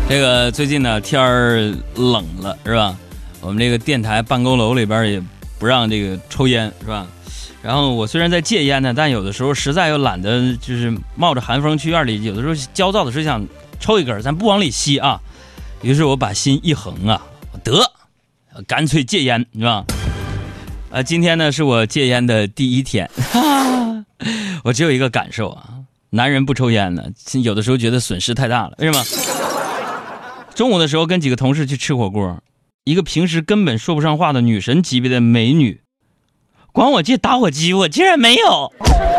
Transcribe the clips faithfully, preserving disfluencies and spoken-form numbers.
这个最近呢天儿冷了是吧？我们这个电台办公楼里边也不让这个抽烟是吧？然后我虽然在戒烟呢，但有的时候实在又懒得就是冒着寒风去院里，有的时候焦躁的是想抽一根，咱不往里吸啊。于是我把心一横啊，得干脆戒烟是吧？呃，今天呢是我戒烟的第一天，哈哈，我只有一个感受啊，男人不抽烟呢，有的时候觉得损失太大了，为什么？中午的时候跟几个同事去吃火锅，一个平时根本说不上话的女神级别的美女，管我借打火机，我竟然没有。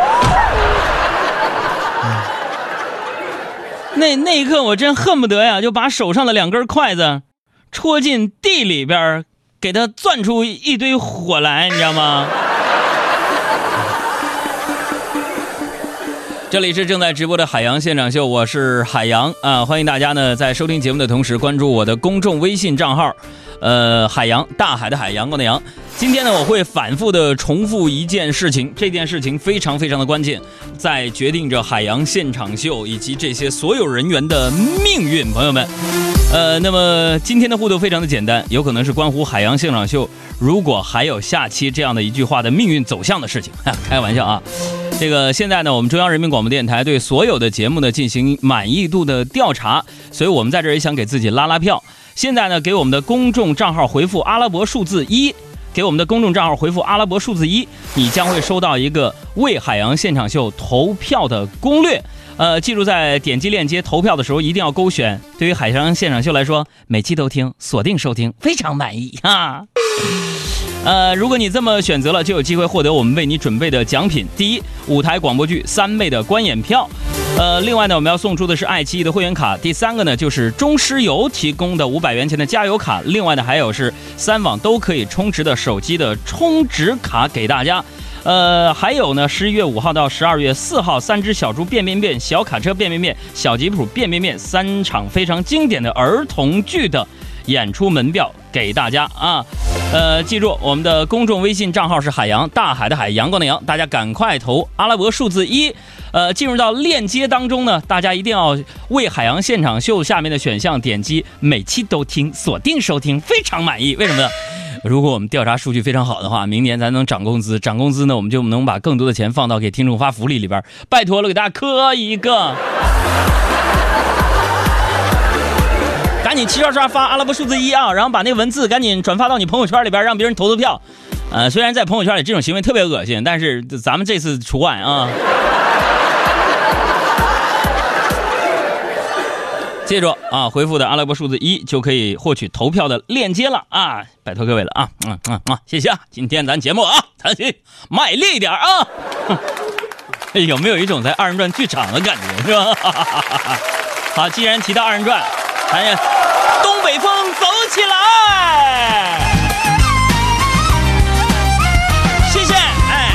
那那一刻我真恨不得呀，就把手上的两根筷子戳进地里边，给它钻出一堆火来，你知道吗？这里是正在直播的海洋现场秀，我是海洋啊，欢迎大家呢在收听节目的同时关注我的公众微信账号，呃，海洋，大海的海，阳光的阳。今天呢，我会反复的重复一件事情，这件事情非常非常的关键，在决定着海洋现场秀以及这些所有人员的命运，朋友们。呃，那么今天的互动非常的简单，有可能是关乎海洋现场秀如果还有下期这样的一句话的命运走向的事情，开玩笑啊。这个现在呢，我们中央人民广播电台对所有的节目呢进行满意度的调查，所以我们在这儿也想给自己拉拉票。现在呢，给我们的公众账号回复阿拉伯数字一，给我们的公众账号回复阿拉伯数字一，你将会收到一个为海洋现场秀投票的攻略。呃，记住在点击链接投票的时候一定要勾选。对于海洋现场秀来说，每期都听，锁定收听，非常满意哈。呃，如果你这么选择了，就有机会获得我们为你准备的奖品。第一，舞台广播剧三倍的观演票。呃，另外呢，我们要送出的是爱奇艺的会员卡。第三个呢，就是中石油提供的五百元钱的加油卡。另外呢，还有是三网都可以充值的手机的充值卡给大家。呃，还有呢，十一月五号到十二月四号，三只小猪变变变、小卡车变变变、小吉普变变变三场非常经典的儿童剧的演出门票给大家啊。呃，记住我们的公众微信账号是海洋，大海的海，阳光的阳，大家赶快投阿拉伯数字一。呃，进入到链接当中呢，大家一定要为海洋现场秀下面的选项点击每期都听，锁定收听，非常满意。为什么呢？如果我们调查数据非常好的话，明年咱能涨工资，涨工资呢，我们就能把更多的钱放到给听众发福利里边。拜托了，给大家磕一个。赶紧齐刷刷发阿拉伯数字一啊，然后把那个文字赶紧转发到你朋友圈里边，让别人投投票。呃，虽然在朋友圈里这种行为特别恶心，但是咱们这次除外啊。记住啊，回复的阿拉伯数字一就可以获取投票的链接了啊！拜托各位了啊，嗯嗯啊，谢谢啊！今天咱节目啊，咱去卖力一点啊！有没有一种在二人转剧场的感觉是吧？好，既然提到二人转，咱也东北风走起来！谢谢，哎，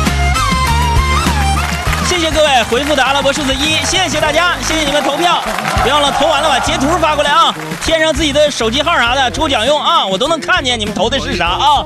谢谢各位回复的阿拉伯数字一，谢谢大家，谢谢你们投票，别忘了投完了把截图发过来啊，添上自己的手机号啥的，抽奖用啊，我都能看见你们投的是啥啊。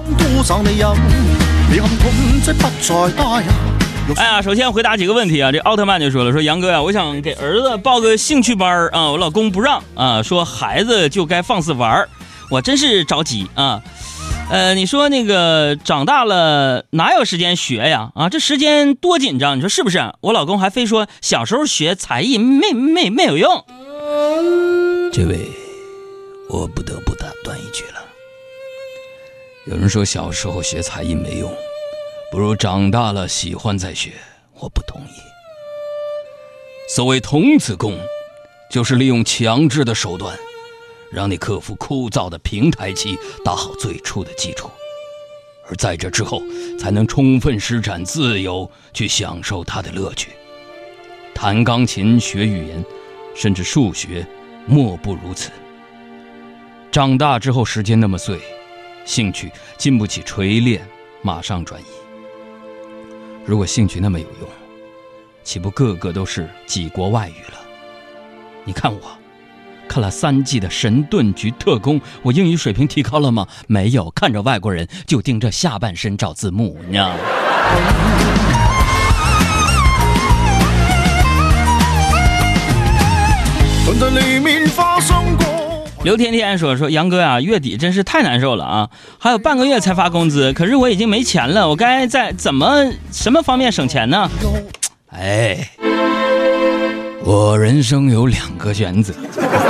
哎呀，首先回答几个问题啊。这奥特曼就说了，说杨哥呀、啊，我想给儿子报个兴趣班啊，我老公不让啊，说孩子就该放肆玩，我真是着急啊。呃，你说那个长大了哪有时间学呀？啊，这时间多紧张，你说是不是？我老公还非说小时候学才艺没没没有用。这位，我不得不打断一句了。有人说小时候学才艺没用，不如长大了喜欢再学，我不同意。所谓童子功，就是利用强制的手段，让你克服枯燥的平台期，打好最初的基础，而在这之后，才能充分施展自由，去享受它的乐趣。弹钢琴、学语言，甚至数学，莫不如此。长大之后，时间那么碎，兴趣经不起锤炼，马上转移。如果兴趣那么有用，岂不个个都是几国外语了？你看我看了三季的神盾局特工，我英语水平提高了吗？没有，看着外国人就盯着下半身找字幕，你知道吗？ 在黎明发生过。 刘甜甜说说杨哥啊，月底真是太难受了啊，还有半个月才发工资，可是我已经没钱了，我该在怎么什么方面省钱呢？哎，我人生有两个原则，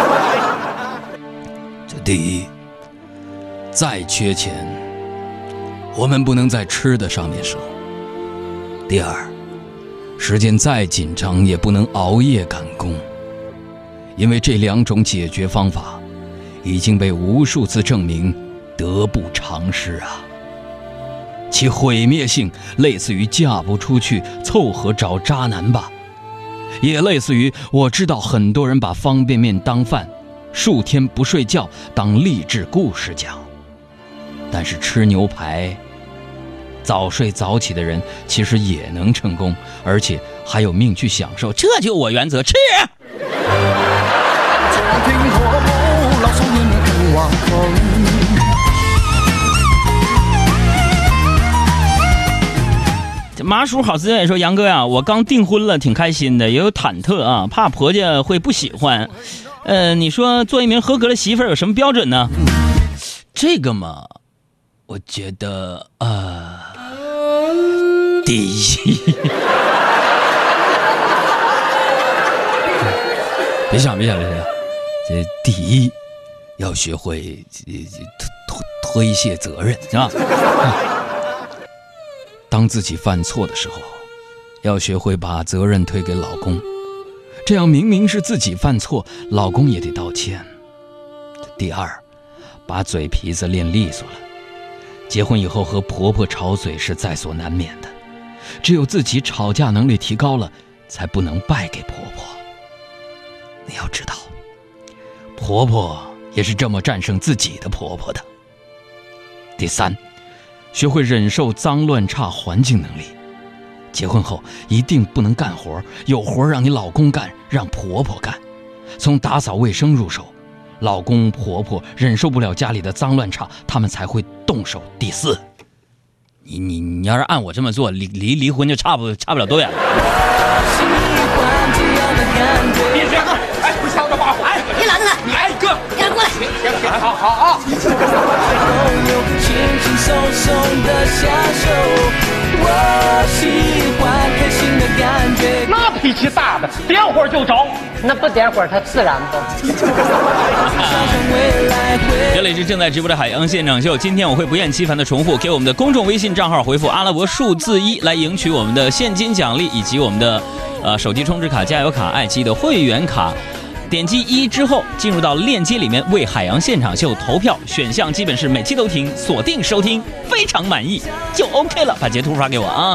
这第一，再缺钱，我们不能在吃的上面省；第二，时间再紧张也不能熬夜赶工，因为这两种解决方法已经被无数次证明得不偿失啊！其毁灭性类似于嫁不出去凑合找渣男吧，也类似于我知道很多人把方便面当饭，数天不睡觉当励志故事讲，但是吃牛排早睡早起的人其实也能成功，而且还有命去享受，这就我原则，吃。麻叔好滋味说，杨哥呀、啊，我刚订婚了，挺开心的，也有忐忑啊，怕婆家会不喜欢。呃，你说做一名合格的媳妇儿有什么标准呢？这个嘛，我觉得呃，第一，别想别想别想，这第一要学会推推卸责任，是吧？当自己犯错的时候，要学会把责任推给老公，这样明明是自己犯错，老公也得道歉。第二，把嘴皮子练利索了。结婚以后和婆婆吵嘴是在所难免的，只有自己吵架能力提高了，才不能败给婆婆。你要知道，婆婆也是这么战胜自己的婆婆的。第三，学会忍受脏乱差环境能力。结婚后一定不能干活，有活让你老公干，让婆婆干，从打扫卫生入手，老公婆婆忍受不了家里的脏乱差，他们才会动手。第四，你你你要是按我这么做，离离离婚就差不差不了多远了。 别这样，哎，不像个把火，哎， 别拦着他， 你来一个， 给他过来。 行行行，好好啊。轻轻松松的享受，我喜欢开心的感觉。那脾气大的，点火就着， 那不点火它自燃不？ 这里是正在直播的海洋现场秀，今天我会不厌其烦的重复，给我们的公众微信账号回复阿拉伯数字一来赢取我们的现金奖励以及我们的呃手机充值卡、加油卡、爱奇艺的会员卡。点击一之后，进入到链接里面为海洋现场秀投票，选项基本是每期都听，锁定收听，非常满意就 OK 了。把截图发给我啊。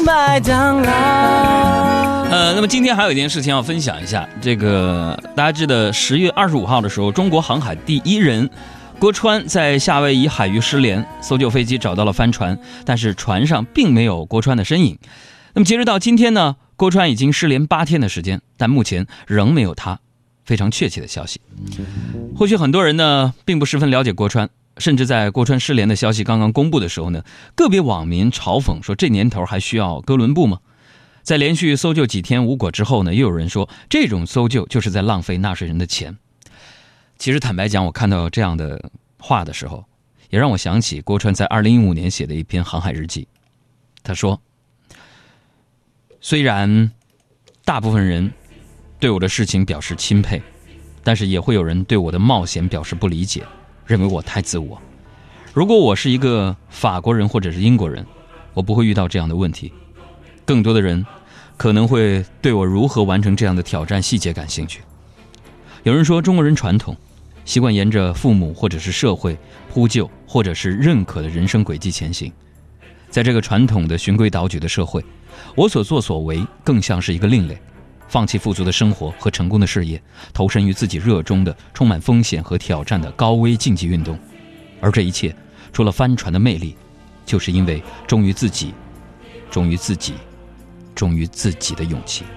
呃，那么今天还有一件事情要分享一下，这个大家知道，十月二十五号的时候，中国航海第一人郭川在夏威夷海域失联，搜救飞机找到了帆船，但是船上并没有郭川的身影。那么截止到今天呢，郭川已经失联八天的时间，但目前仍没有他非常确切的消息。或许很多人呢并不十分了解郭川，甚至在郭川失联的消息刚刚公布的时候呢，个别网民嘲讽说，这年头还需要哥伦布吗？在连续搜救几天无果之后呢，又有人说这种搜救就是在浪费纳税人的钱。其实坦白讲，我看到这样的话的时候，也让我想起郭川在二零一五年写的一篇航海日记。他说，虽然大部分人对我的事情表示钦佩，但是也会有人对我的冒险表示不理解，认为我太自我。如果我是一个法国人或者是英国人，我不会遇到这样的问题。更多的人可能会对我如何完成这样的挑战细节感兴趣。有人说，中国人传统习惯沿着父母或者是社会铺就或者是认可的人生轨迹前行。在这个传统的循规蹈矩的社会，我所作所为更像是一个另类，放弃富足的生活和成功的事业，投身于自己热衷的充满风险和挑战的高危竞技运动。而这一切除了帆船的魅力，就是因为忠于自己，忠于自己，忠于自己的勇气。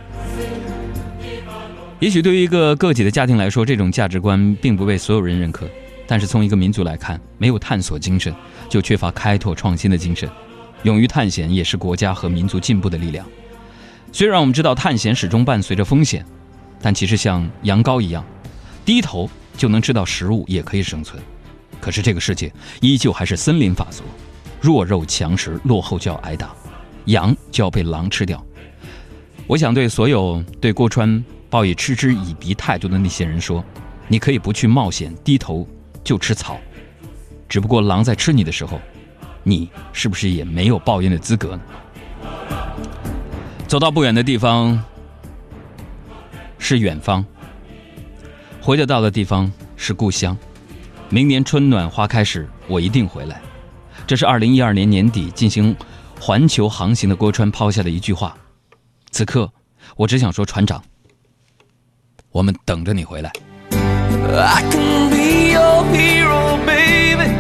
也许对于一个个体的家庭来说，这种价值观并不被所有人认可，但是从一个民族来看，没有探索精神，就缺乏开拓创新的精神。勇于探险也是国家和民族进步的力量。虽然我们知道探险始终伴随着风险，但其实像羊羔一样， 低头就能吃到食物，也可以生存。可是这个世界依旧还是森林法则，弱肉强食，落后就要挨打，羊就要被狼吃掉。我想对所有对郭川抱以嗤之以鼻态度的那些人说，你可以不去冒险，低头就吃草，只不过狼在吃你的时候，你是不是也没有抱怨的资格呢？走到不远的地方是远方，回得到的地方是故乡。明年春暖花开时，我一定回来。这是二零一二年年底进行环球航行的郭川抛下的一句话。此刻我只想说，船长，我们等着你回来。 I can be your hero, baby.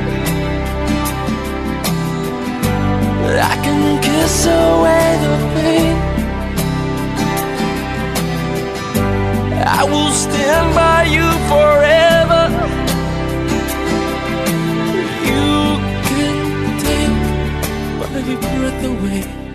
I can kiss away the pain. I will stand by you forever. You can take my breath away.